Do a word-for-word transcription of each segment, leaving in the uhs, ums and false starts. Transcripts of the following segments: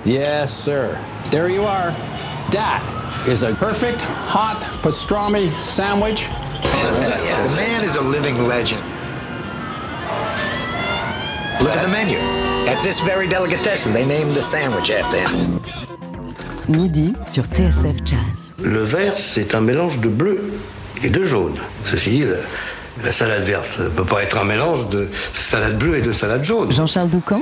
Yes, sir. There you are. That is a perfect hot pastrami sandwich. Fantastic. The man is a living legend. Look at the menu. At this very delicatessen, they named the sandwich after him. Midi sur T S F Jazz. Le vert, c'est un mélange de bleu et de jaune. Ceci dit, la, la salade verte ne peut pas être un mélange de salade bleue et de salade jaune. Jean-Charles Doucan.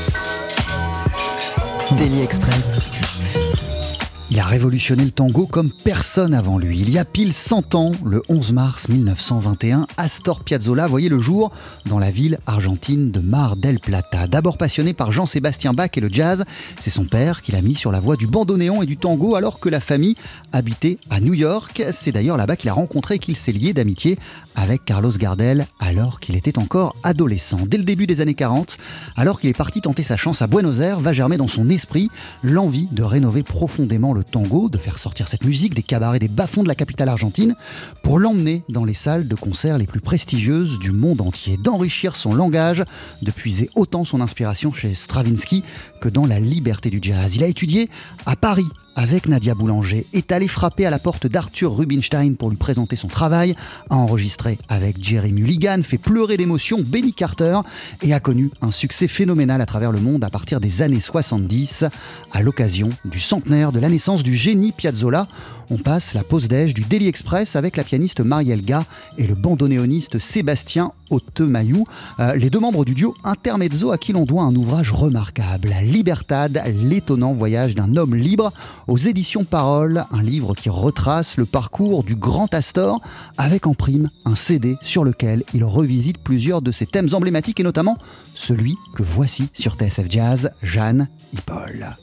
Daily Express. Il a révolutionné le tango comme personne avant lui. Il y a pile cent ans, le onze mars mille neuf cent vingt et un, Astor Piazzolla voyait le jour dans la ville argentine de Mar del Plata. D'abord passionné par Jean-Sébastien Bach et le jazz, c'est son père qui l'a mis sur la voie du bandoneon et du tango alors que la famille habitait à New York. C'est d'ailleurs là-bas qu'il a rencontré et qu'il s'est lié d'amitié avec Carlos Gardel alors qu'il était encore adolescent. Dès le début des années quarante, alors qu'il est parti tenter sa chance à Buenos Aires, va germer dans son esprit l'envie de rénover profondément le tango, de faire sortir cette musique des cabarets, des bas-fonds de la capitale argentine pour l'emmener dans les salles de concert les plus prestigieuses du monde entier, d'enrichir son langage, de puiser autant son inspiration chez Stravinsky que dans la liberté du jazz. Il a étudié à Paris avec Nadia Boulanger, est allé frapper à la porte d'Arthur Rubinstein pour lui présenter son travail, a enregistré avec Jerry Mulligan, fait pleurer d'émotion Benny Carter et a connu un succès phénoménal à travers le monde à partir des années soixante-dix. À l'occasion du centenaire de la naissance du génie Piazzolla, on passe la pause déj du Daily Express avec la pianiste Marielle Ga et le bandonéoniste Sébastien Autemayou, euh, les deux membres du duo Intermezzo à qui l'on doit un ouvrage remarquable, Libertad, l'étonnant voyage d'un homme libre, aux éditions Parole, un livre qui retrace le parcours du grand Astor avec en prime un C D sur lequel il revisite plusieurs de ses thèmes emblématiques et notamment celui que voici sur T S F Jazz, Jeanne Hippolyte.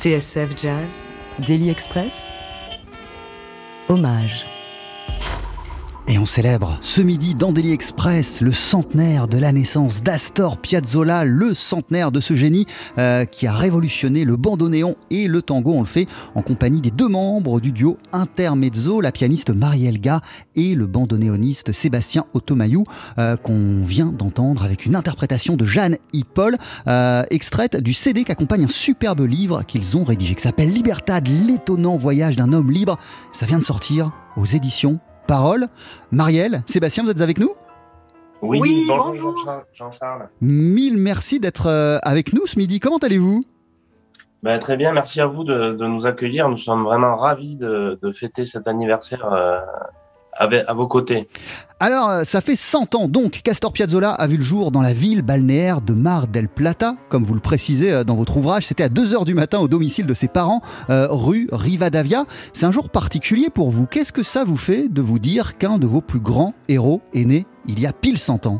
T S F Jazz, Daily Express, hommage. Et on célèbre ce midi dans Daily Express le centenaire de la naissance d'Astor Piazzolla, le centenaire de ce génie euh, qui a révolutionné le bandoneon et le tango. On le fait en compagnie des deux membres du duo Intermezzo, la pianiste Marie-Elga et le bandonéoniste Sébastien Otomayou, euh, qu'on vient d'entendre avec une interprétation de Jeanne Hippoll, euh, extraite du C D qui accompagne un superbe livre qu'ils ont rédigé, qui s'appelle Libertad, l'étonnant voyage d'un homme libre. Ça vient de sortir aux éditions Parole. Marielle, Sébastien, vous êtes avec nous ? Oui, Oui, bonjour bonjour. Jean-Charles. Mille merci d'être euh, avec nous ce midi. Comment allez-vous ? Ben, très bien, merci à vous de, de nous accueillir. Nous sommes vraiment ravis de, de fêter cet anniversaire euh, avec, à vos côtés. Alors, euh, ça fait cent ans donc qu'Astor Piazzolla a vu le jour dans la ville balnéaire de Mar del Plata, comme vous le précisez euh, dans votre ouvrage. C'était à deux heures du matin au domicile de ses parents, euh, rue Rivadavia. C'est un jour particulier pour vous. Qu'est-ce que ça vous fait de vous dire qu'un de vos plus grands héros est né il y a pile cent ans ?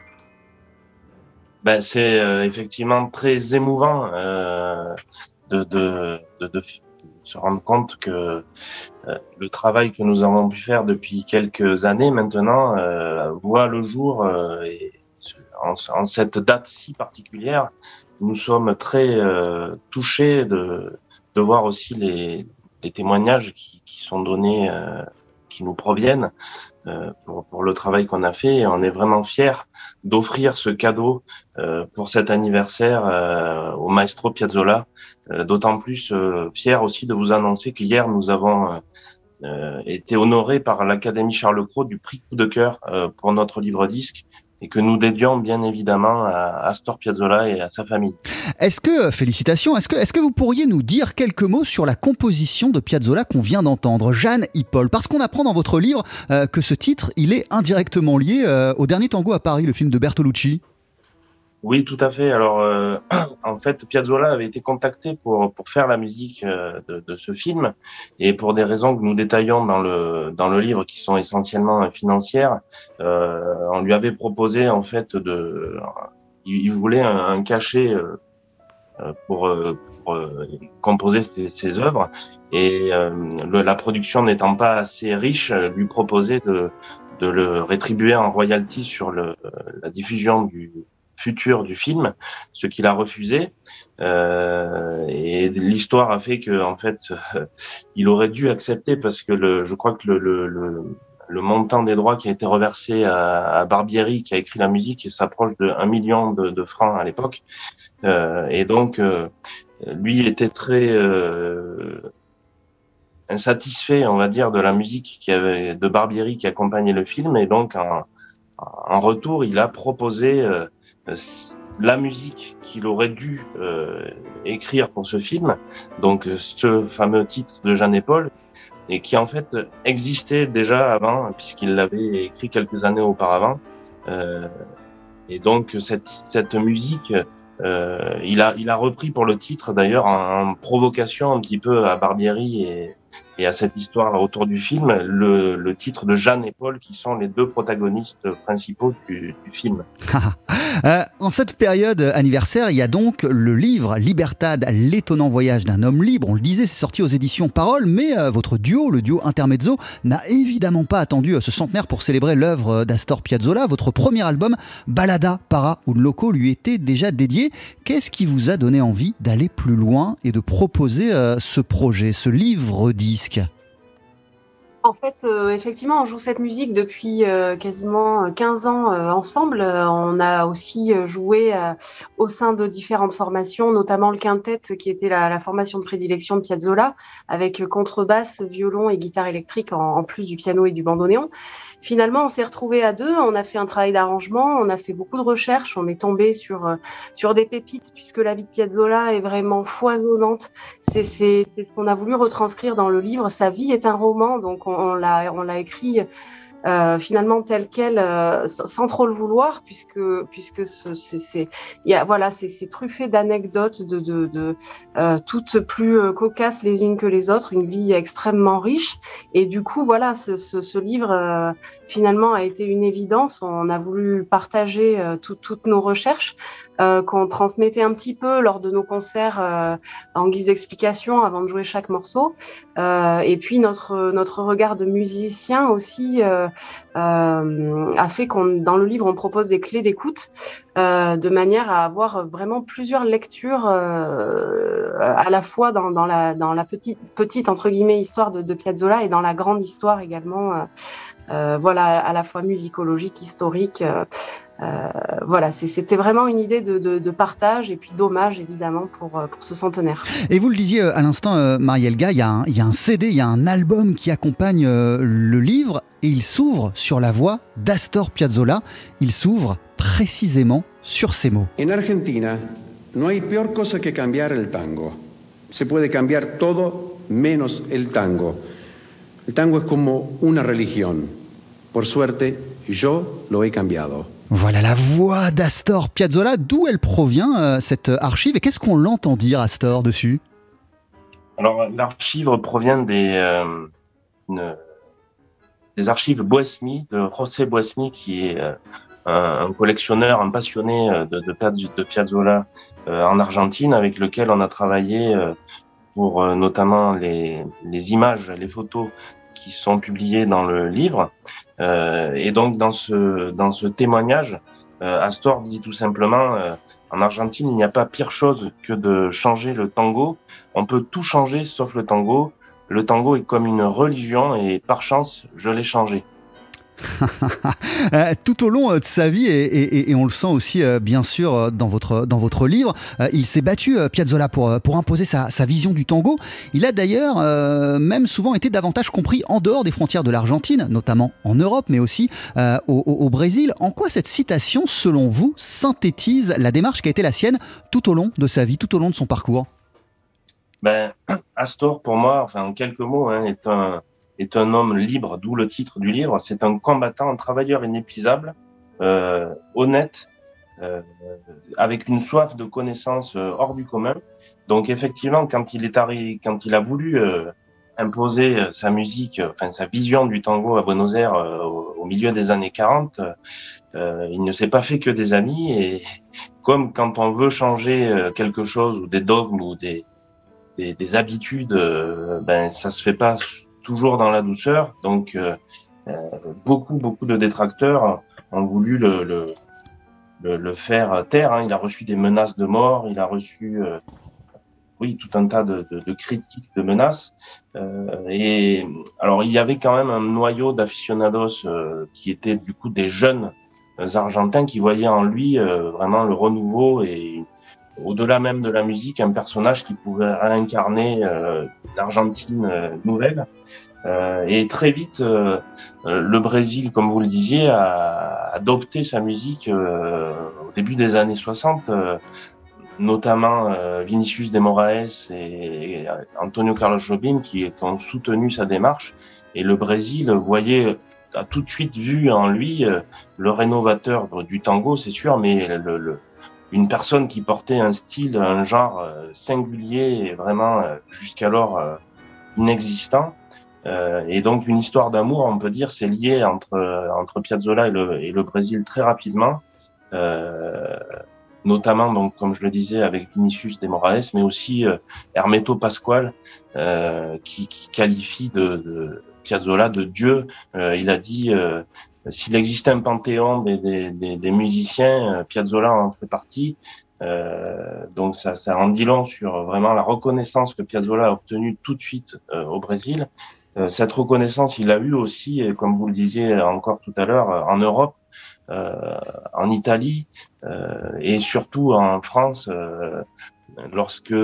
Ben, c'est euh, effectivement très émouvant euh, de, de, de, de se rendre compte que euh, le travail que nous avons pu faire depuis quelques années maintenant euh, voit le jour euh, et en, en cette date si particulière. Nous sommes très euh, touchés de, de voir aussi les, les témoignages qui, qui sont donnés, euh, qui nous proviennent euh, pour, pour le travail qu'on a fait. Et on est vraiment fiers d'offrir ce cadeau euh, pour cet anniversaire euh, au maestro Piazzolla. Euh, d'autant plus euh, fiers aussi de vous annoncer qu'hier nous avons euh, été honorés par l'Académie Charles Cros du prix Coup de cœur euh, pour notre livre-disque, et que nous dédions bien évidemment à Astor Piazzolla et à sa famille. Est-ce que, félicitations, est-ce que, est-ce que vous pourriez nous dire quelques mots sur la composition de Piazzolla qu'on vient d'entendre, Jeanne Hippoll ? Parce qu'on apprend dans votre livre euh, que ce titre, il est indirectement lié euh, au Dernier Tango à Paris, le film de Bertolucci. Oui, tout à fait. Alors, euh, en fait, Piazzolla avait été contacté pour pour faire la musique euh, de, de ce film, et pour des raisons que nous détaillons dans le dans le livre, qui sont essentiellement financières, euh, on lui avait proposé en fait de, il, il voulait un, un cachet euh, pour, pour euh, composer ses, ses œuvres, et euh, le, la production n'étant pas assez riche, lui proposait de de le rétribuer en royalties sur le la diffusion du futur du film, ce qu'il a refusé, euh, et l'histoire a fait que en fait euh, il aurait dû accepter, parce que le, je crois que le, le, le, le montant des droits qui a été reversé à, à Barbieri, qui a écrit la musique, s'approche de un million de, de francs à l'époque, euh, et donc euh, lui était très euh, insatisfait, on va dire, de la musique qui avait, de Barbieri qui accompagnait le film, et donc en, en retour il a proposé euh, la musique qu'il aurait dû euh, écrire pour ce film, donc ce fameux titre de Jeanne Hippoll, et qui en fait existait déjà avant, puisqu'il l'avait écrit quelques années auparavant, euh, et donc cette, cette musique euh, il a il a repris pour le titre, d'ailleurs en, en provocation un petit peu à Barbieri et et à cette histoire autour du film, le, le titre de Jeanne et Paul, qui sont les deux protagonistes principaux du, du film. euh, en cette période anniversaire, il y a donc le livre Libertad, l'étonnant voyage d'un homme libre. On le disait, c'est sorti aux éditions Parole, mais euh, votre duo, le duo Intermezzo, n'a évidemment pas attendu euh, ce centenaire pour célébrer l'œuvre d'Astor Piazzolla. Votre premier album, Ballada para un loco, lui était déjà dédié. Qu'est-ce qui vous a donné envie d'aller plus loin et de proposer euh, ce projet, ce livre-disque ? En fait, euh, effectivement, on joue cette musique depuis euh, quasiment quinze ans euh, ensemble. Euh, on a aussi euh, joué euh, au sein de différentes formations, notamment le quintet, qui était la, la formation de prédilection de Piazzolla, avec contrebasse, violon et guitare électrique, en, en plus du piano et du bandoneon. Finalement, on s'est retrouvés à deux, on a fait un travail d'arrangement, on a fait beaucoup de recherches, on est tombé sur euh, sur des pépites, puisque la vie de Piazzolla est vraiment foisonnante. C'est, c'est, c'est ce qu'on a voulu retranscrire dans le livre. Sa vie est un roman, donc on, on l'a on l'a écrit euh, finalement telle quelle, euh, sans trop le vouloir, puisque puisque ce, c'est, c'est, y a, voilà, c'est, c'est truffé d'anecdotes, de, de, de euh, toutes plus euh, cocasses les unes que les autres, une vie extrêmement riche. Et du coup, voilà, ce, ce, ce livre euh, finalement a été une évidence. On a voulu partager euh, tout, toutes nos recherches euh, qu'on transmettait un petit peu lors de nos concerts euh, en guise d'explication avant de jouer chaque morceau. Euh, et puis notre notre regard de musicien aussi euh, euh, a fait qu'on dans le livre on propose des clés d'écoute euh, de manière à avoir vraiment plusieurs lectures euh, à la fois dans dans la dans la petite petite entre guillemets histoire de, de Piazzolla et dans la grande histoire également. Euh, euh, voilà, à la fois musicologique, historique. Euh, euh, voilà, c'est, c'était vraiment une idée de, de, de partage et puis d'hommage évidemment pour, pour ce centenaire. Et vous le disiez à l'instant, euh, Marielga, il y, il y a un C D, il y a un album qui accompagne euh, le livre et il s'ouvre sur la voix d'Astor Piazzolla. Il s'ouvre précisément sur ces mots. En Argentina, no hay peor cosa que cambiar el tango. Se puede cambiar todo menos el tango. El tango es como una religión. Por suerte, yo lo he cambiado. Voilà la voix d'Astor Piazzolla. D'où elle provient, euh, cette archive, et qu'est-ce qu'on l'entend dire, Astor, dessus? Alors, l'archive provient des, euh, une, des archives Boesmi, de José Boesmi, qui est euh, un, un collectionneur, un passionné de, de, de Piazzolla euh, en Argentine, avec lequel on a travaillé euh, pour euh, notamment les, les images, les photos qui sont publiées dans le livre. Euh, et donc, dans ce, dans ce témoignage, euh, Astor dit tout simplement, euh, en Argentine, il n'y a pas pire chose que de changer le tango. On peut tout changer sauf le tango. Le tango est comme une religion et par chance, je l'ai changé. Tout au long de sa vie, et, et, et on le sent aussi bien sûr dans votre, dans votre livre, il s'est battu, Piazzolla, pour, pour imposer sa, sa vision du tango. Il a d'ailleurs euh, même souvent été davantage compris en dehors des frontières de l'Argentine, notamment en Europe, mais aussi euh, au, au, au Brésil. En quoi cette citation, selon vous, synthétise la démarche qui a été la sienne tout au long de sa vie, tout au long de son parcours? Ben, Astor, pour moi, enfin, en quelques mots, hein, est un... est un homme libre, d'où le titre du livre. C'est un combattant, un travailleur inépuisable, euh, honnête, euh, avec une soif de connaissances euh, hors du commun. Donc effectivement, quand il est arrivé, quand il a voulu euh, imposer euh, sa musique, euh, enfin sa vision du tango à Buenos Aires euh, au, au milieu des années quarante, euh, il ne s'est pas fait que des amis. Et comme quand on veut changer euh, quelque chose ou des dogmes ou des des, des habitudes, euh, ben ça se fait pas toujours dans la douceur, donc euh, euh, beaucoup beaucoup de détracteurs ont voulu le, le, le, le faire taire. Hein. Il a reçu des menaces de mort, il a reçu euh, oui tout un tas de, de, de critiques, de menaces. Euh, et alors il y avait quand même un noyau d'aficionados euh, qui étaient du coup des jeunes euh, argentins qui voyaient en lui euh, vraiment le renouveau et au-delà même de la musique, un personnage qui pouvait réincarner euh, l'Argentine euh, nouvelle. Euh, et très vite, euh, le Brésil, comme vous le disiez, a adopté sa musique euh, au début des années soixante, euh, notamment euh, Vinicius de Moraes et Antonio Carlos Jobim qui, qui ont soutenu sa démarche. Et le Brésil voyait, a tout de suite vu en lui euh, le rénovateur du tango, c'est sûr, mais le, le une personne qui portait un style, un genre euh, singulier et vraiment euh, jusqu'alors euh, inexistant. Euh, et donc une histoire d'amour, on peut dire, c'est lié entre entre Piazzolla et le, et le Brésil très rapidement, euh, notamment donc comme je le disais avec Vinicius de Moraes, mais aussi euh, Hermeto Pascoal euh, qui, qui qualifie de, de Piazzolla de Dieu. Euh, il a dit euh, s'il existe un panthéon des, des, des, des musiciens, Piazzolla en fait partie. Euh, donc ça, ça en dit long sur vraiment la reconnaissance que Piazzolla a obtenue tout de suite euh, au Brésil. Euh, cette reconnaissance, il l'a eu aussi, comme vous le disiez encore tout à l'heure, en Europe, euh, en Italie euh, et surtout en France, euh, lorsque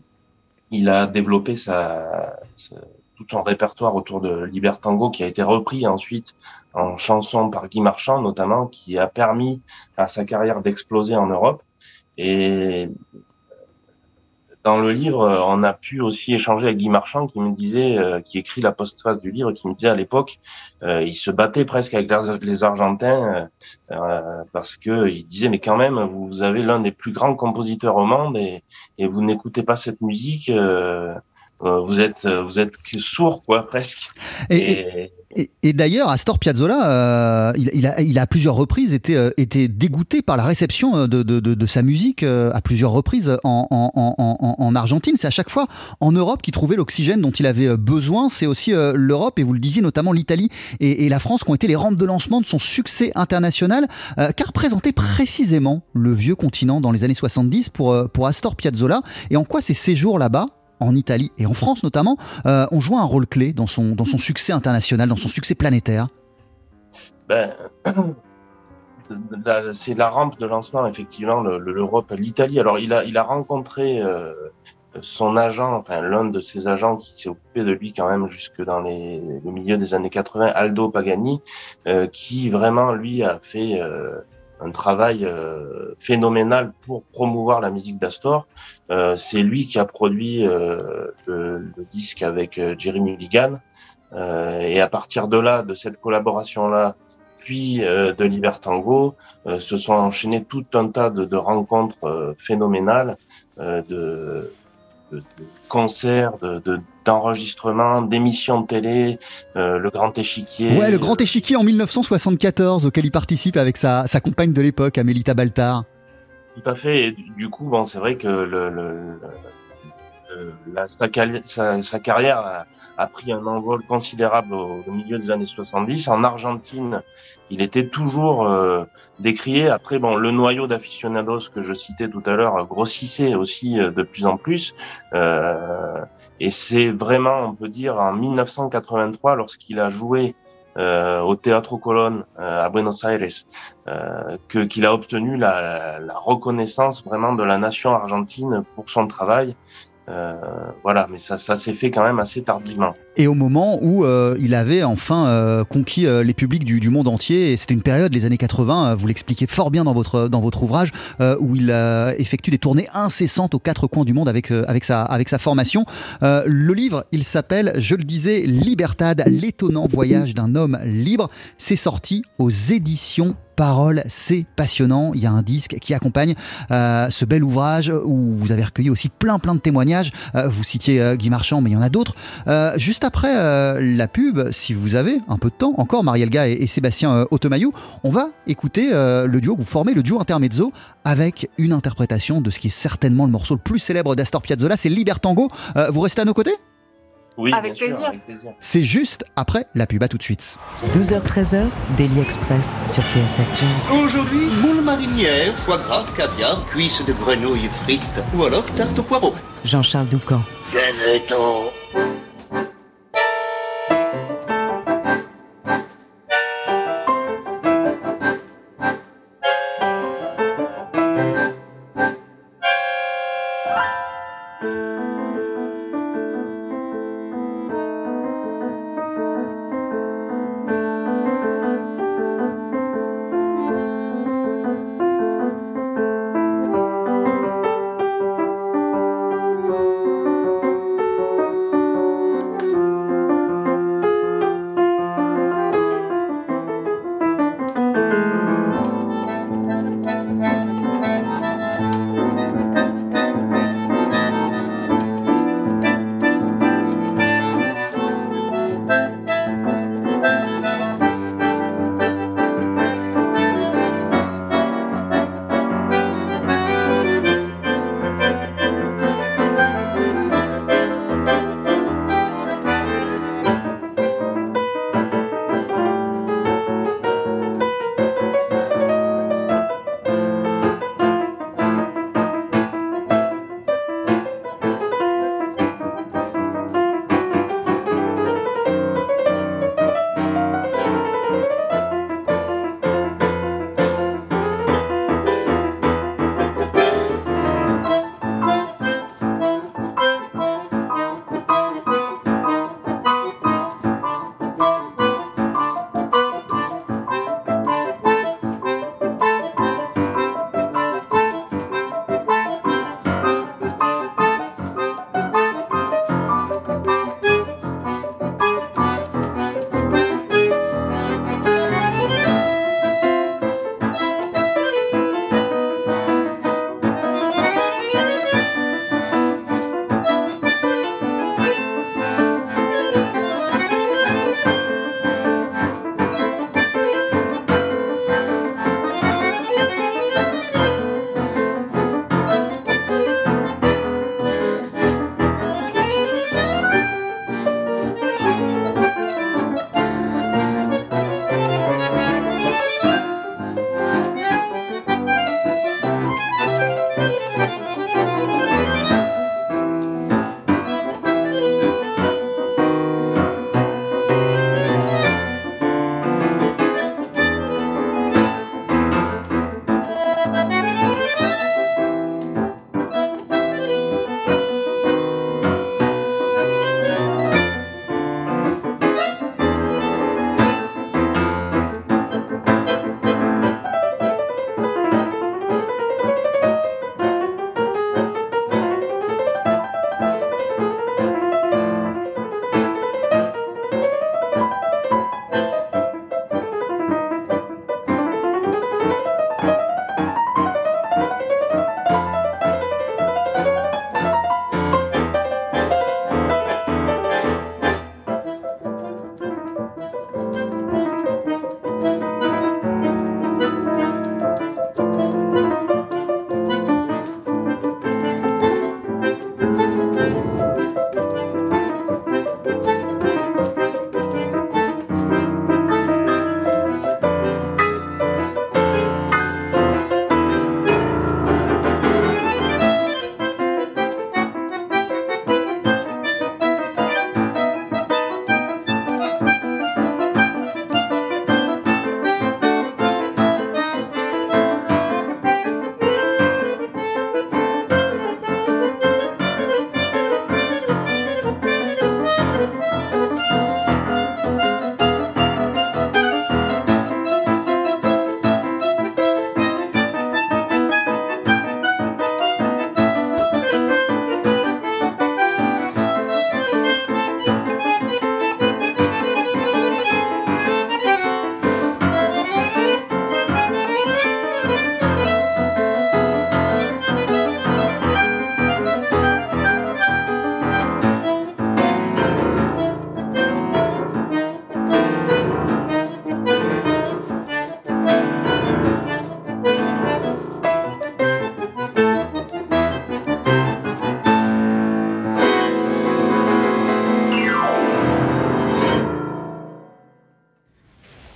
il a développé sa, sa tout son répertoire autour de Libertango qui a été repris ensuite en chanson par Guy Marchand notamment, qui a permis à sa carrière d'exploser en Europe. Et dans le livre, on a pu aussi échanger avec Guy Marchand qui me disait, euh, qui écrit la postface du livre, qui me disait à l'époque, euh, il se battait presque avec les Argentins euh, parce que il disait mais quand même vous avez l'un des plus grands compositeurs au monde et, et vous n'écoutez pas cette musique, euh, vous êtes vous êtes sourd quoi presque. Et, et... Et, et d'ailleurs, Astor Piazzolla, euh, il, il, a, il a à plusieurs reprises été, euh, été dégoûté par la réception de, de, de, de sa musique euh, à plusieurs reprises en, en, en, en Argentine. C'est à chaque fois en Europe qu'il trouvait l'oxygène dont il avait besoin. C'est aussi euh, l'Europe, et vous le disiez, notamment l'Italie et, et la France qui ont été les rampes de lancement de son succès international. Euh, qu'a représenté précisément le vieux continent dans les années soixante-dix pour, pour Astor Piazzolla, et en quoi ces séjours là-bas, en Italie et en France notamment, euh, ont joué un rôle clé dans son, dans son succès international, dans son succès planétaire? Ben, c'est la rampe de lancement, effectivement, l'Europe, l'Italie. Alors, il a, il a rencontré euh, son agent, enfin, l'un de ses agents qui s'est occupé de lui quand même jusque dans les, le milieu des années quatre-vingts, Aldo Pagani, euh, qui vraiment, lui, a fait... Euh, un travail euh, phénoménal pour promouvoir la musique d'Astor. Euh, c'est lui qui a produit euh, le, le disque avec euh, Jerry Mulligan. Euh, et à partir de là, de cette collaboration-là, puis euh, de Libertango, euh, se sont enchaînés tout un tas de, de rencontres euh, phénoménales, euh, de, de, de concerts, de, de d'enregistrements, d'émissions de télé, euh, le Grand Échiquier. Ouais, le Grand Échiquier en mille neuf cent soixante-quatorze, auquel il participe avec sa, sa compagne de l'époque, Amélita Baltar. Tout à fait. Et du coup, bon, c'est vrai que le, le, le, la, sa, sa, sa carrière a, a pris un envol considérable au, au milieu des années soixante-dix. En Argentine, il était toujours euh, décrié. Après, bon, le noyau d'aficionados que je citais tout à l'heure grossissait aussi euh, de plus en plus. Euh, Et c'est vraiment, on peut dire, en mille neuf cent quatre-vingt-trois, lorsqu'il a joué euh, au Teatro Colón euh, à Buenos Aires, euh, que qu'il a obtenu la, la, la reconnaissance vraiment de la nation argentine pour son travail. Euh, voilà, mais ça, ça s'est fait quand même assez tardivement. Et au moment où euh, il avait enfin euh, conquis euh, les publics du, du monde entier, et c'était une période, les années quatre-vingts, euh, vous l'expliquez fort bien dans votre, dans votre ouvrage, euh, où il euh, effectue des tournées incessantes aux quatre coins du monde avec, euh, avec, sa, avec sa formation. Euh, le livre, il s'appelle, je le disais, Libertad, l'étonnant voyage d'un homme libre. C'est sorti aux éditions Parole, c'est passionnant. Il y a un disque qui accompagne euh, ce bel ouvrage où vous avez recueilli aussi plein plein de témoignages. Euh, vous citiez euh, Guy Marchand, mais il y en a d'autres. Euh, juste après euh, la pub, si vous avez un peu de temps, encore Marielle Ga et, et Sébastien euh, Automayou, on va écouter euh, le duo que vous formez, le duo Intermezzo, avec une interprétation de ce qui est certainement le morceau le plus célèbre d'Astor Piazzolla, c'est Libertango. Euh, vous restez à nos côtés ? Oui, avec bien plaisir. sûr, avec plaisir. C'est juste après la pub, à tout de suite. douze heures treize, Daily Express sur T S F Jazz. Aujourd'hui, moule marinière, foie gras, caviar, cuisses de grenouille frites ou alors tarte au poireau. Jean-Charles Doucan. Venez-t'en.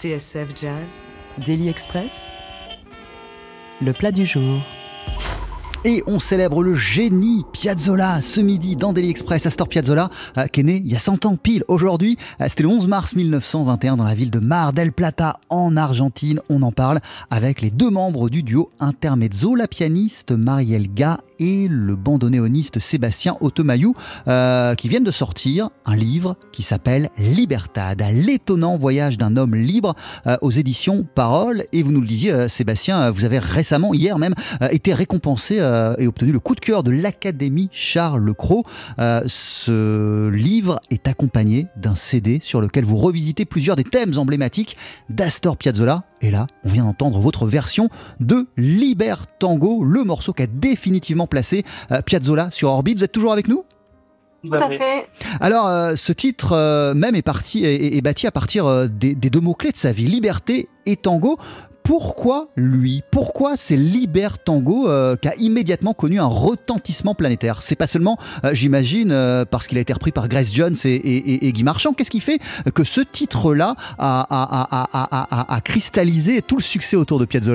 T S F Jazz, Daily Express, le plat du jour. Et on célèbre le génie Piazzolla ce midi dans Daily Express. Astor Piazzolla, euh, qui est né il y a cent ans pile aujourd'hui. Euh, c'était le onze mars mille neuf cent vingt et un dans la ville de Mar del Plata en Argentine. On en parle avec les deux membres du duo Intermezzo, la pianiste Marielle Ga et le bandonéoniste Sébastien Otomayou, euh, qui viennent de sortir un livre qui s'appelle Libertad, l'étonnant voyage d'un homme libre, euh, aux éditions Parole. Et vous nous le disiez, euh, Sébastien, vous avez récemment, hier même, euh, été récompensé euh, et obtenu le coup de cœur de l'Académie Charles Cros. Euh, ce livre est accompagné d'un C D sur lequel vous revisitez plusieurs des thèmes emblématiques d'Astor Piazzolla. Et là, on vient d'entendre votre version de Libertango, le morceau qui a définitivement placé euh, Piazzolla sur orbite. Vous êtes toujours avec nous ? Tout à fait. Alors, euh, ce titre euh, même est, parti, est, est bâti à partir euh, des, des deux mots-clés de sa vie, liberté et tango. Pourquoi lui ? Pourquoi c'est Libertango euh, qui a immédiatement connu un retentissement planétaire ? C'est pas seulement, euh, j'imagine, euh, parce qu'il a été repris par Grace Jones et, et, et Guy Marchand. Qu'est-ce qui fait que ce titre-là a, a, a, a, a, a cristallisé tout le succès autour de Piazzolla ?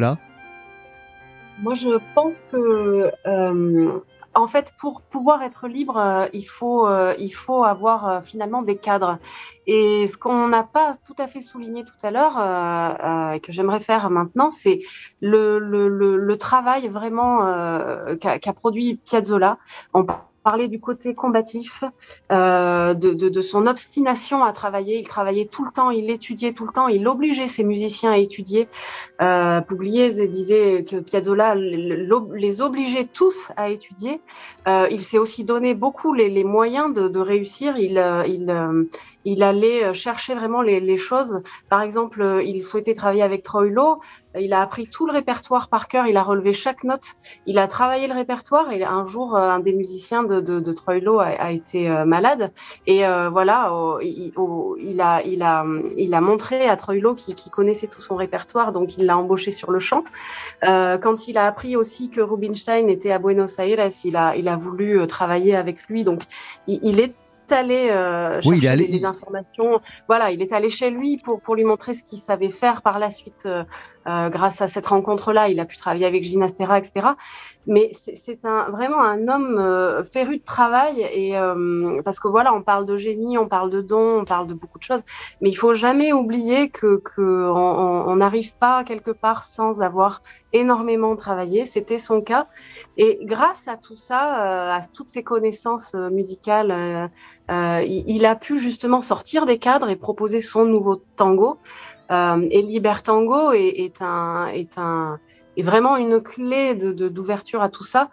Moi, je pense que... Euh... En fait, pour pouvoir être libre, euh, il faut, euh, il faut avoir euh, finalement des cadres. Et ce qu'on n'a pas tout à fait souligné tout à l'heure, euh, euh, que j'aimerais faire maintenant, c'est le, le, le, le travail vraiment euh, qu'a, qu'a produit Piazzolla. On parlait du côté combatif, euh, de, de, de son obstination à travailler. Il travaillait tout le temps, il étudiait tout le temps, il obligeait ses musiciens à étudier. Euh, Pugliese disait que Piazzolla les obligeait tous à étudier. Euh, il s'est aussi donné beaucoup les, les moyens de, de réussir. Il, il, il allait chercher vraiment les, les choses. Par exemple, il souhaitait travailler avec Troilo. Il a appris tout le répertoire par cœur. Il a relevé chaque note. Il a travaillé le répertoire. Et un jour, un des musiciens de, de, de Troilo a, a été malade. Et euh, voilà, oh, il, oh, il, a, il, a, il a montré à Troilo qu'il, qu'il connaissait tout son répertoire. Donc, il l'a embauché sur le champ. Euh, quand il a appris aussi que Rubinstein était à Buenos Aires, il a, il a voulu travailler avec lui. Donc, il, il est allé euh, chercher oui, il est allé... des informations. Voilà, il est allé chez lui pour, pour lui montrer ce qu'il savait faire par la suite. Euh, euh, grâce à cette rencontre-là, il a pu travailler avec Ginastera, et cetera. Mais c'est, c'est un, vraiment un homme euh, féru de travail. Et, euh, parce que voilà, on parle de génie, on parle de don, on parle de beaucoup de choses. Mais il faut jamais oublier que, que on n'arrive pas quelque part sans avoir énormément travaillé. C'était son cas. Et grâce à tout ça, euh, à toutes ces connaissances euh, musicales, euh, euh, il, il a pu justement sortir des cadres et proposer son nouveau tango. Euh, et Libertango est, est, un, est, un, est vraiment une clé de, de, d'ouverture à tout ça.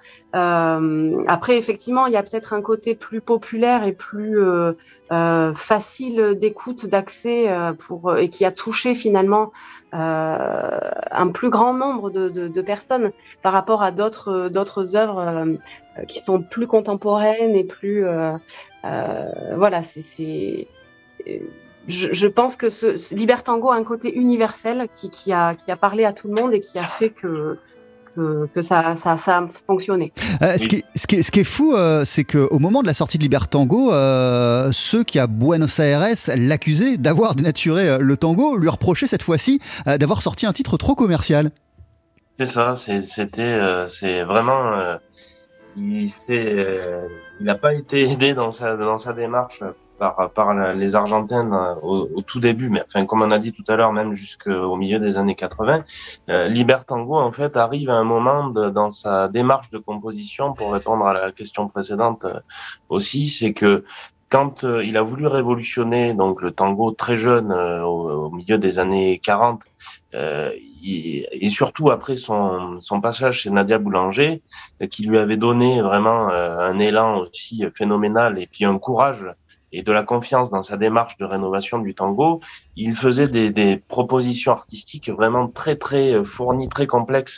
Euh, après, effectivement, il y a peut-être un côté plus populaire et plus euh, euh, facile d'écoute, d'accès, euh, pour, et qui a touché finalement euh, un plus grand nombre de, de, de personnes par rapport à d'autres, d'autres œuvres euh, qui sont plus contemporaines et plus... Euh, euh, voilà, c'est... c'est Je, je pense que ce, ce Libertango a un côté universel qui, qui, a, qui a parlé à tout le monde et qui a fait que, que, que ça, ça, ça a fonctionné. Euh, ce, qui, ce, qui, ce qui est fou, euh, c'est qu'au moment de la sortie de Libertango, euh, ceux qui à Buenos Aires l'accusaient d'avoir dénaturé euh, le tango lui reprochaient cette fois-ci euh, d'avoir sorti un titre trop commercial. C'est ça, c'est, c'était, euh, c'est vraiment... Euh, il n'a euh, pas été aidé dans sa, dans sa démarche par, par les Argentins au, au tout début, mais enfin, comme on a dit tout à l'heure, même jusqu'au milieu des années quatre-vingts, euh, Libertango, en fait, arrive à un moment de, dans sa démarche de composition, pour répondre à la question précédente euh, aussi, c'est que quand euh, il a voulu révolutionner donc le tango très jeune, euh, au, au milieu des années quarante, euh, il, et surtout après son, son passage chez Nadia Boulanger, euh, qui lui avait donné vraiment euh, un élan aussi phénoménal et puis un courage et de la confiance dans sa démarche de rénovation du tango, il faisait des, des propositions artistiques vraiment très très fournies, très complexes.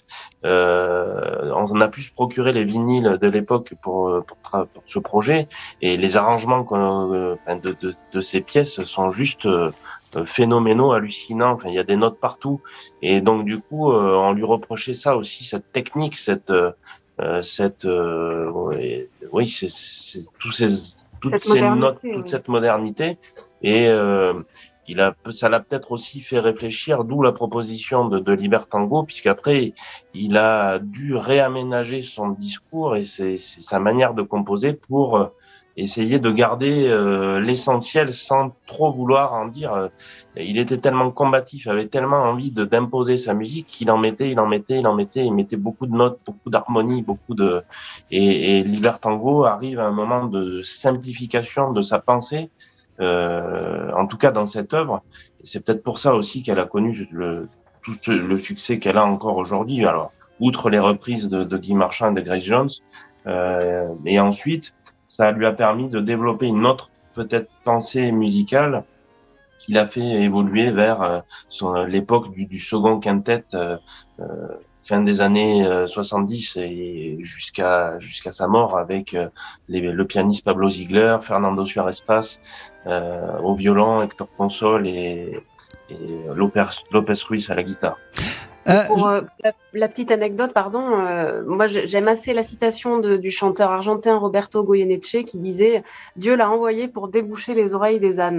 Euh, on a pu se procurer les vinyles de l'époque pour, pour, pour ce projet, et les arrangements de, de, de ces pièces sont juste phénoménaux, hallucinants. Enfin, il y a des notes partout, et donc du coup, on lui reprochait ça aussi, cette technique, cette euh, cette euh, oui, c'est, c'est tous ces toutes cette ces notes, toute oui. cette modernité. Et, euh, il a, ça l'a peut-être aussi fait réfléchir, d'où la proposition de, de Libertango, puisqu'après, il a dû réaménager son discours et c'est, c'est sa manière de composer pour euh, essayer de garder euh, l'essentiel sans trop vouloir en dire. Euh, il était tellement combatif, avait tellement envie de d'imposer sa musique qu'il en mettait, il en mettait, il en mettait, il mettait beaucoup de notes, beaucoup d'harmonie, beaucoup de... Et, et Libertango arrive à un moment de simplification de sa pensée, euh, en tout cas dans cette œuvre. Et c'est peut-être pour ça aussi qu'elle a connu le, tout le succès qu'elle a encore aujourd'hui. Alors, outre les reprises de, de Guy Marchand et de Grace Jones, euh, et ensuite, ça lui a permis de développer une autre peut-être pensée musicale qui l'a fait évoluer vers euh, son, l'époque du, du second quintet, euh, euh, fin des années euh, soixante-dix et jusqu'à jusqu'à sa mort avec euh, les, le pianiste Pablo Ziegler, Fernando Suárez Paz euh, au violon, Hector Consol et, et López, López Ruiz à la guitare. Euh, Pour euh, la, la petite anecdote, pardon, euh, moi j'aime assez la citation de, du chanteur argentin Roberto Goyeneche qui disait « Dieu l'a envoyé pour déboucher les oreilles des ânes ».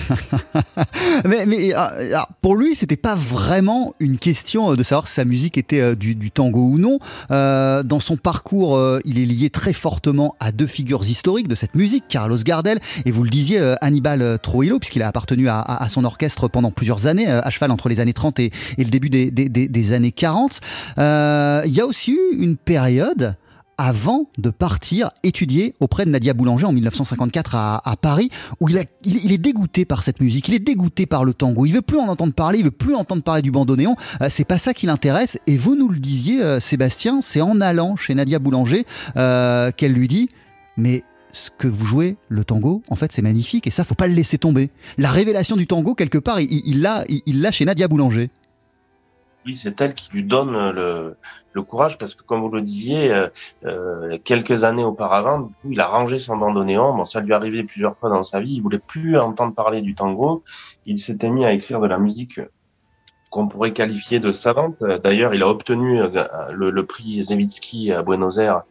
mais, mais alors, pour lui, c'était pas vraiment une question de savoir si sa musique était euh, du, du tango ou non. Euh, dans son parcours, euh, il est lié très fortement à deux figures historiques de cette musique, Carlos Gardel et vous le disiez, euh, Aníbal Troilo, puisqu'il a appartenu à, à, à son orchestre pendant plusieurs années, euh, à cheval entre les années trente et, et le début des, des, des, des années quarante. Euh, il y a aussi eu une période avant de partir étudier auprès de Nadia Boulanger en dix-neuf cent cinquante-quatre à, à Paris, où il, a, il, il est dégoûté par cette musique, il est dégoûté par le tango, il veut plus en entendre parler, il veut plus entendre parler du bandoneon, euh, c'est pas ça qui l'intéresse, et vous nous le disiez, euh, Sébastien, c'est en allant chez Nadia Boulanger euh, qu'elle lui dit « mais ce que vous jouez, le tango, en fait c'est magnifique, et ça faut pas le laisser tomber ». La révélation du tango, quelque part, il, il, l'a, il, il l'a chez Nadia Boulanger. Oui, c'est elle qui lui donne le, le courage parce que, comme vous le disiez, euh, euh, quelques années auparavant, du coup, il a rangé son bandoneon. Bon, ça lui est arrivé plusieurs fois dans sa vie. Il voulait plus entendre parler du tango. Il s'était mis à écrire de la musique qu'on pourrait qualifier de savante. D'ailleurs, il a obtenu le, le prix Zewicki à Buenos Aires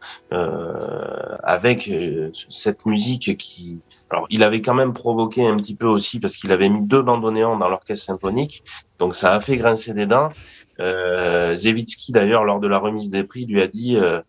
euh, avec euh, cette musique qui... Alors, il avait quand même provoqué un petit peu aussi parce qu'il avait mis deux bandoneons dans l'orchestre symphonique, donc ça a fait grincer des dents. Euh, Zewicki, d'ailleurs, lors de la remise des prix, lui a dit euh,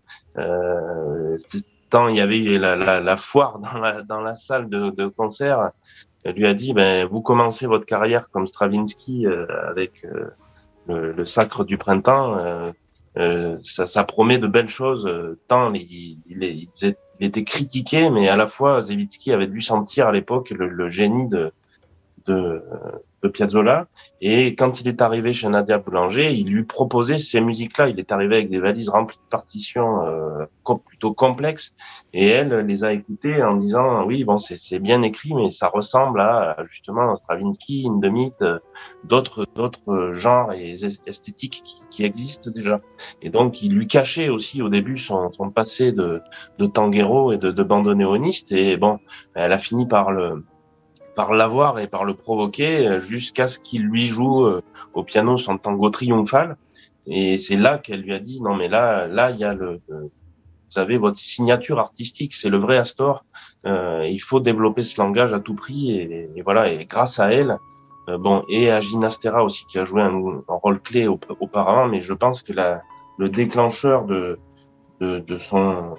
euh, tant il y avait eu la, la, la foire dans la, dans la salle de, de concert, elle lui a dit ben vous commencez votre carrière comme Stravinsky euh, avec euh, le, le Sacre du printemps, euh, euh, ça, ça promet de belles choses. Euh, tant il, il, il, il était critiqué, mais à la fois Zewicki avait dû sentir à l'époque le, le génie de de, de Piazzolla. Et quand il est arrivé chez Nadia Boulanger, il lui proposait ces musiques-là. Il est arrivé avec des valises remplies de partitions euh, plutôt complexes, et elle les a écoutées en disant oui, bon, c'est, c'est bien écrit, mais ça ressemble à justement Stravinsky, Hindemith, euh, d'autres d'autres genres et esthétiques qui, qui existent déjà. Et donc, il lui cachait aussi au début son, son passé de, de tanguero et de, de bandoneoniste. Et bon, elle a fini par le par l'avoir et par le provoquer jusqu'à ce qu'il lui joue euh, au piano son tango triomphal. Et c'est là qu'elle lui a dit non mais là là il y a le, le vous avez votre signature artistique, c'est le vrai Astor. Euh, il faut développer ce langage à tout prix et, et voilà. Et grâce à elle, euh, bon, et à Ginastera aussi qui a joué un, un rôle clé au, auparavant, mais je pense que la, le déclencheur de de, de son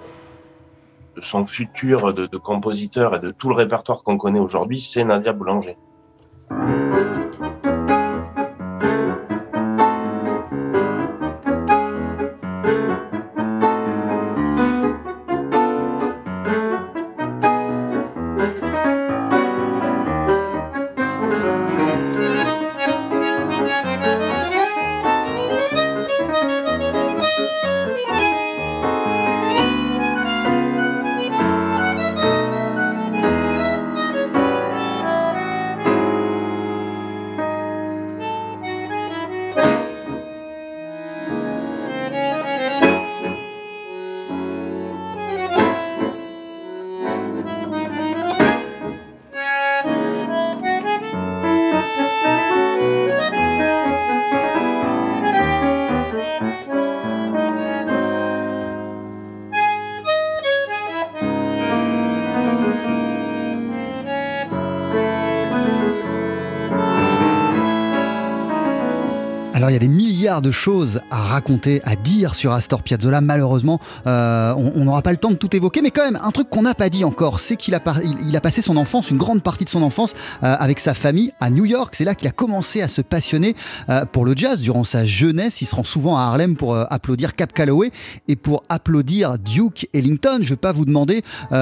de son futur de, de compositeur et de tout le répertoire qu'on connaît aujourd'hui, c'est Nadia Boulanger. Alors il y a des milliards de choses à raconter, à dire sur Astor Piazzolla. Malheureusement, euh, on n'aura pas le temps de tout évoquer, mais quand même, un truc qu'on n'a pas dit encore, c'est qu'il a, par, il, il a passé son enfance, une grande partie de son enfance, euh, avec sa famille à New York. C'est là qu'il a commencé à se passionner euh, pour le jazz. Durant sa jeunesse, il se rend souvent à Harlem pour euh, applaudir Cab Calloway et pour applaudir Duke Ellington. Je ne vais pas vous demander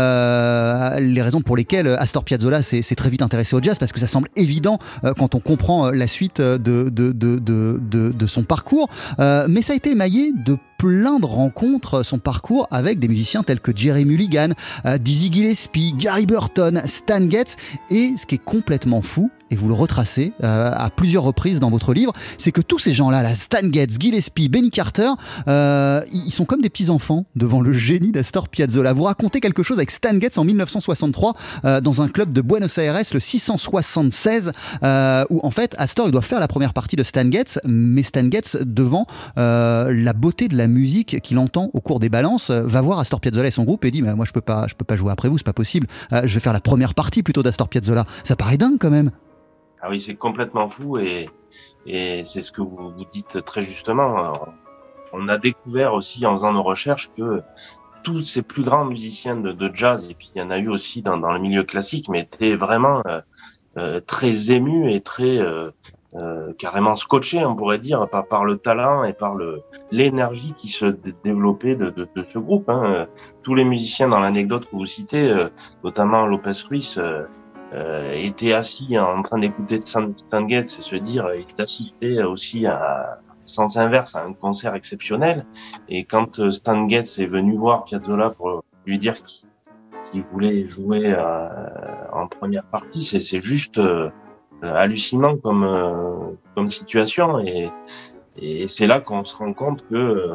euh, les raisons pour lesquelles Astor Piazzolla s'est, s'est très vite intéressé au jazz, parce que ça semble évident euh, quand on comprend euh, la suite de, de, de, de De, de son parcours, euh, mais ça a été émaillé de plein de rencontres, son parcours avec des musiciens tels que Jerry Mulligan, euh, Dizzy Gillespie, Gary Burton, Stan Getz, et ce qui est complètement fou, et vous le retracez euh, à plusieurs reprises dans votre livre, c'est que tous ces gens-là, là, Stan Getz, Gillespie, Benny Carter, euh, ils sont comme des petits-enfants devant le génie d'Astor Piazzolla. Vous racontez quelque chose avec Stan Getz en dix-neuf cent soixante-trois euh, dans un club de Buenos Aires, le six cent soixante-seize, euh, où en fait Astor il doit faire la première partie de Stan Getz, mais Stan Getz, devant euh, la beauté de la musique qu'il entend au cours des balances, euh, va voir Astor Piazzolla et son groupe et dit mais moi je peux pas, je peux pas jouer après vous, c'est pas possible, euh, je vais faire la première partie plutôt d'Astor Piazzolla. Ça paraît dingue quand même. Ah oui, c'est complètement fou et, et c'est ce que vous, vous dites très justement. Alors, on a découvert aussi en faisant nos recherches que tous ces plus grands musiciens de, de jazz, et puis il y en a eu aussi dans, dans le milieu classique, mais étaient vraiment euh, euh, très émus et très euh, euh, carrément scotchés, on pourrait dire, par, par le talent et par le l'énergie qui se d- développait de, de, de ce groupe. Hein. Tous les musiciens dans l'anecdote que vous citez, euh, notamment Lopez Ruiz, euh, Euh, était assis en train d'écouter Stan, Stan Getz et se dire, euh, il assistait aussi à sens inverse à un concert exceptionnel. Et quand euh, Stan Getz est venu voir Piazzolla pour lui dire qu'il, qu'il voulait jouer euh, en première partie, c'est, c'est juste euh, hallucinant comme euh, comme situation. Et, et c'est là qu'on se rend compte que euh,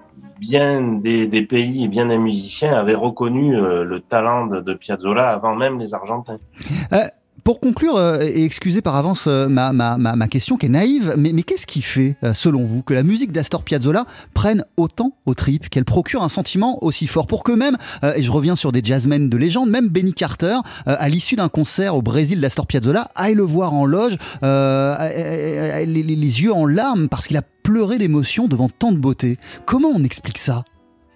bien des, des pays et bien des musiciens avaient reconnu euh, le talent de, de Piazzolla avant même les Argentins. Euh, pour conclure, euh, et excusez par avance euh, ma, ma, ma, ma question qui est naïve, mais, mais qu'est-ce qui fait, euh, selon vous, que la musique d'Astor Piazzolla prenne autant aux tripes, qu'elle procure un sentiment aussi fort, pour que même, euh, et je reviens sur des jazzmen de légende, même Benny Carter, euh, à l'issue d'un concert au Brésil d'Astor Piazzolla, aille le voir en loge, euh, les, les, les yeux en larmes, parce qu'il a pleuré d'émotion devant tant de beauté. Comment on explique ça ?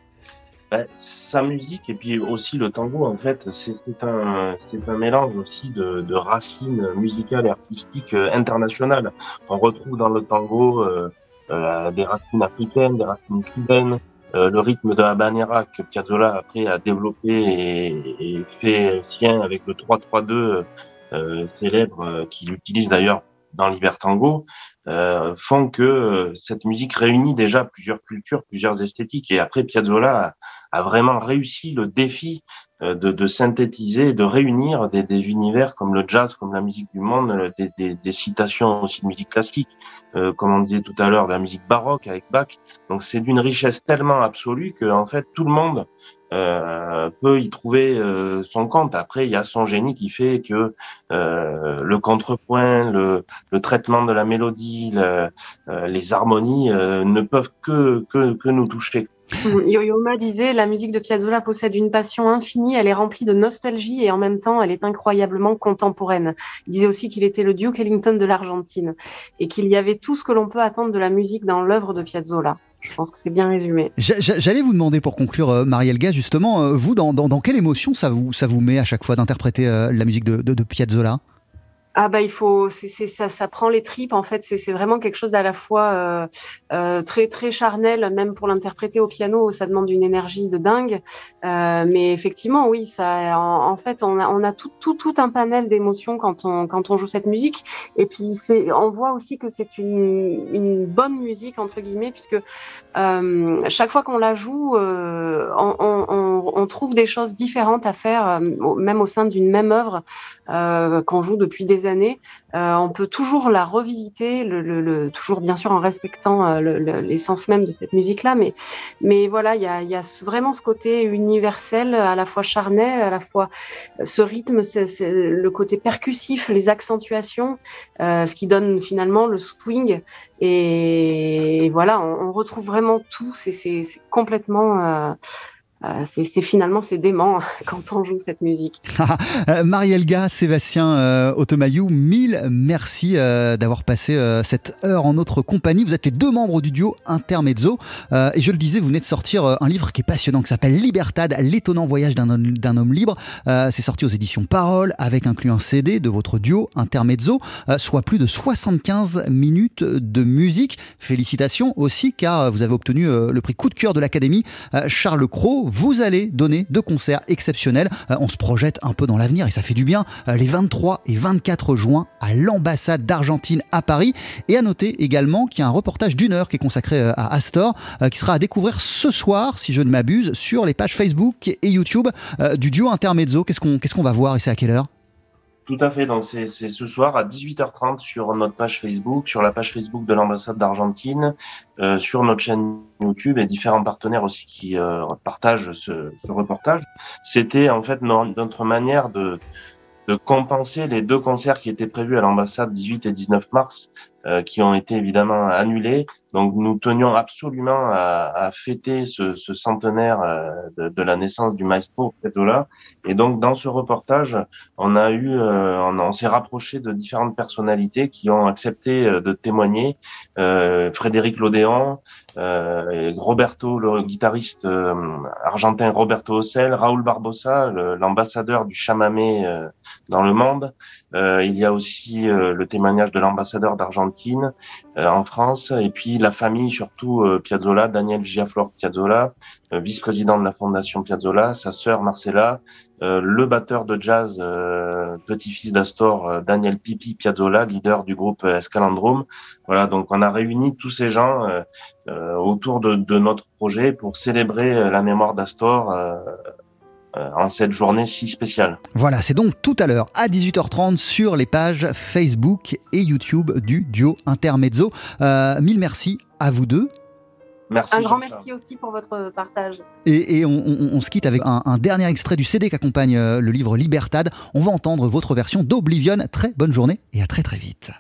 Ben, sa musique et puis aussi le tango, en fait, c'est, c'est un c'est un mélange aussi de, de racines musicales et artistiques euh, internationales. On retrouve dans le tango euh, euh, des racines africaines, des racines cubaines, euh, le rythme de habanera que Piazzolla après a développé et, et fait sien avec le trois trois deux euh, célèbre euh, qu'il utilise d'ailleurs dans l'Ibertango, euh, font que euh, cette musique réunit déjà plusieurs cultures, plusieurs esthétiques. Et après, Piazzolla a, a vraiment réussi le défi euh, de, de synthétiser, de réunir des, des univers comme le jazz, comme la musique du monde, euh, des, des, des citations aussi de musique classique, euh, comme on disait tout à l'heure, de la musique baroque avec Bach. Donc c'est d'une richesse tellement absolue que en fait tout le monde Euh, peut y trouver euh, son compte. Après, il y a son génie qui fait que euh, le contrepoint, le, le traitement de la mélodie, le, euh, les harmonies euh, ne peuvent que, que, que nous toucher. Yo-Yo Ma disait, la musique de Piazzolla possède une passion infinie, elle est remplie de nostalgie et en même temps, elle est incroyablement contemporaine. Il disait aussi qu'il était le Duke Ellington de l'Argentine et qu'il y avait tout ce que l'on peut attendre de la musique dans l'œuvre de Piazzolla. Je pense que c'est bien résumé. J'allais vous demander pour conclure, euh, Marielga, justement, euh, vous, dans, dans, dans quelle émotion ça vous, ça vous met à chaque fois d'interpréter euh, la musique de, de, de Piazzolla ? Ah bah il faut, c'est, c'est, ça, ça prend les tripes en fait. C'est, c'est vraiment quelque chose d'à la fois euh, euh, très très charnel, même pour l'interpréter au piano, ça demande une énergie de dingue. Euh, mais effectivement, oui, ça, en, en fait, on a on a tout tout tout un panel d'émotions quand on quand on joue cette musique. Et puis c'est, on voit aussi que c'est une une bonne musique entre guillemets, puisque euh, chaque fois qu'on la joue, euh, on, on, on trouve des choses différentes à faire, même au sein d'une même œuvre euh, qu'on joue depuis des années. Euh, on peut toujours la revisiter, le, le, le, toujours bien sûr en respectant euh, le, le, l'essence même de cette musique-là, mais, mais voilà, il y a, y a vraiment ce côté universel, à la fois charnel, à la fois ce rythme, c'est, c'est le côté percussif, les accentuations, euh, ce qui donne finalement le swing. Et, et voilà, on, on retrouve vraiment tout. C'est, c'est, c'est complètement... Euh, euh, c'est, c'est finalement c'est dément quand on joue cette musique. Marie-Elga, Sébastien euh, Automayou, mille merci euh, d'avoir passé euh, cette heure en notre compagnie. Vous êtes les deux membres du duo Intermezzo euh, et je le disais, vous venez de sortir euh, un livre qui est passionnant, qui s'appelle Libertad, l'étonnant voyage d'un homme, d'un homme libre. Euh, c'est sorti aux éditions Parole avec inclus un C D de votre duo Intermezzo, euh, soit plus de soixante-quinze minutes de musique. Félicitations aussi car vous avez obtenu euh, le prix coup de cœur de l'Académie euh, Charles Cros. Vous allez donner deux concerts exceptionnels. Euh, on se projette un peu dans l'avenir et ça fait du bien. Euh, les vingt-trois et vingt-quatre juin à l'ambassade d'Argentine à Paris. Et à noter également qu'il y a un reportage d'une heure qui est consacré euh, à Astor, euh, qui sera à découvrir ce soir, si je ne m'abuse, sur les pages Facebook et YouTube euh, du duo Intermezzo. Qu'est-ce qu'on, qu'est-ce qu'on va voir et c'est à quelle heure ? Tout à fait, donc c'est, c'est ce soir à dix-huit heures trente sur notre page Facebook, sur la page Facebook de l'ambassade d'Argentine, euh, sur notre chaîne YouTube et différents partenaires aussi qui euh, partagent ce, ce reportage. C'était en fait no- notre manière de, de compenser les deux concerts qui étaient prévus à l'ambassade dix-huit et dix-neuf mars, euh, qui ont été évidemment annulés. Donc nous tenions absolument à, à fêter ce, ce centenaire euh, de, de la naissance du maestro Piazzolla. Et donc dans ce reportage, on a eu, euh, on, on s'est rapproché de différentes personnalités qui ont accepté euh, de témoigner. Euh, Frédéric Lodéon, euh, Roberto, le guitariste euh, argentin Roberto Ossel, Raoul Barbosa, le, l'ambassadeur du chamamé euh, dans le monde. Euh, il y a aussi euh, le témoignage de l'ambassadeur d'Argentine euh, en France, et puis la famille, surtout euh, Piazzolla, Daniel Giaflor Piazzolla, euh, vice-président de la Fondation Piazzolla, sa sœur Marcella, euh, le batteur de jazz, euh, petit-fils d'Astor, euh, Daniel Pipi Piazzolla, leader du groupe Escalandrum. Voilà, donc on a réuni tous ces gens euh, euh, autour de, de notre projet pour célébrer la mémoire d'Astor euh, en cette journée si spéciale. Voilà, c'est donc tout à l'heure à dix-huit heures trente sur les pages Facebook et YouTube du duo Intermezzo. Euh, mille merci à vous deux. Merci. Un grand merci aussi pour votre partage. Et, et on, on, on se quitte avec un, un dernier extrait du C D qui accompagne euh, le livre Libertad. On va entendre votre version d'Oblivion. Très bonne journée et à très très vite.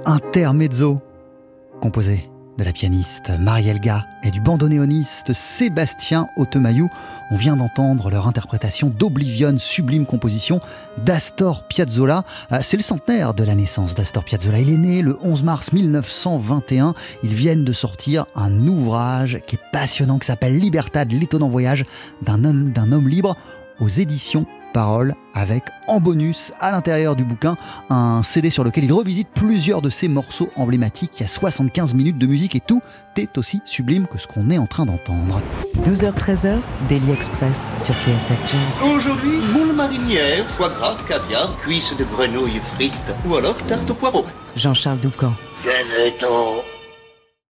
Intermezzo, composé de la pianiste Marielle Ga et du bandoneoniste Sébastien Autemayou. On vient d'entendre leur interprétation d'Oblivion, sublime composition d'Astor Piazzolla. C'est le centenaire de la naissance d'Astor Piazzolla. Il est né le onze mars mille neuf cent vingt et un. Ils viennent de sortir un ouvrage qui est passionnant, qui s'appelle Libertad, l'étonnant voyage d'un homme, d'un homme libre, aux éditions Parole, avec en bonus à l'intérieur du bouquin un C D sur lequel il revisite plusieurs de ses morceaux emblématiques. Il y a soixante-quinze minutes de musique et tout est aussi sublime que ce qu'on est en train d'entendre. douze heures treize, Daily Express sur T S F Jazz. Aujourd'hui, moule marinière, foie gras, caviar, cuisses de grenouille frites ou alors tarte au poireau. Jean-Charles Doucan. Venez-t'en.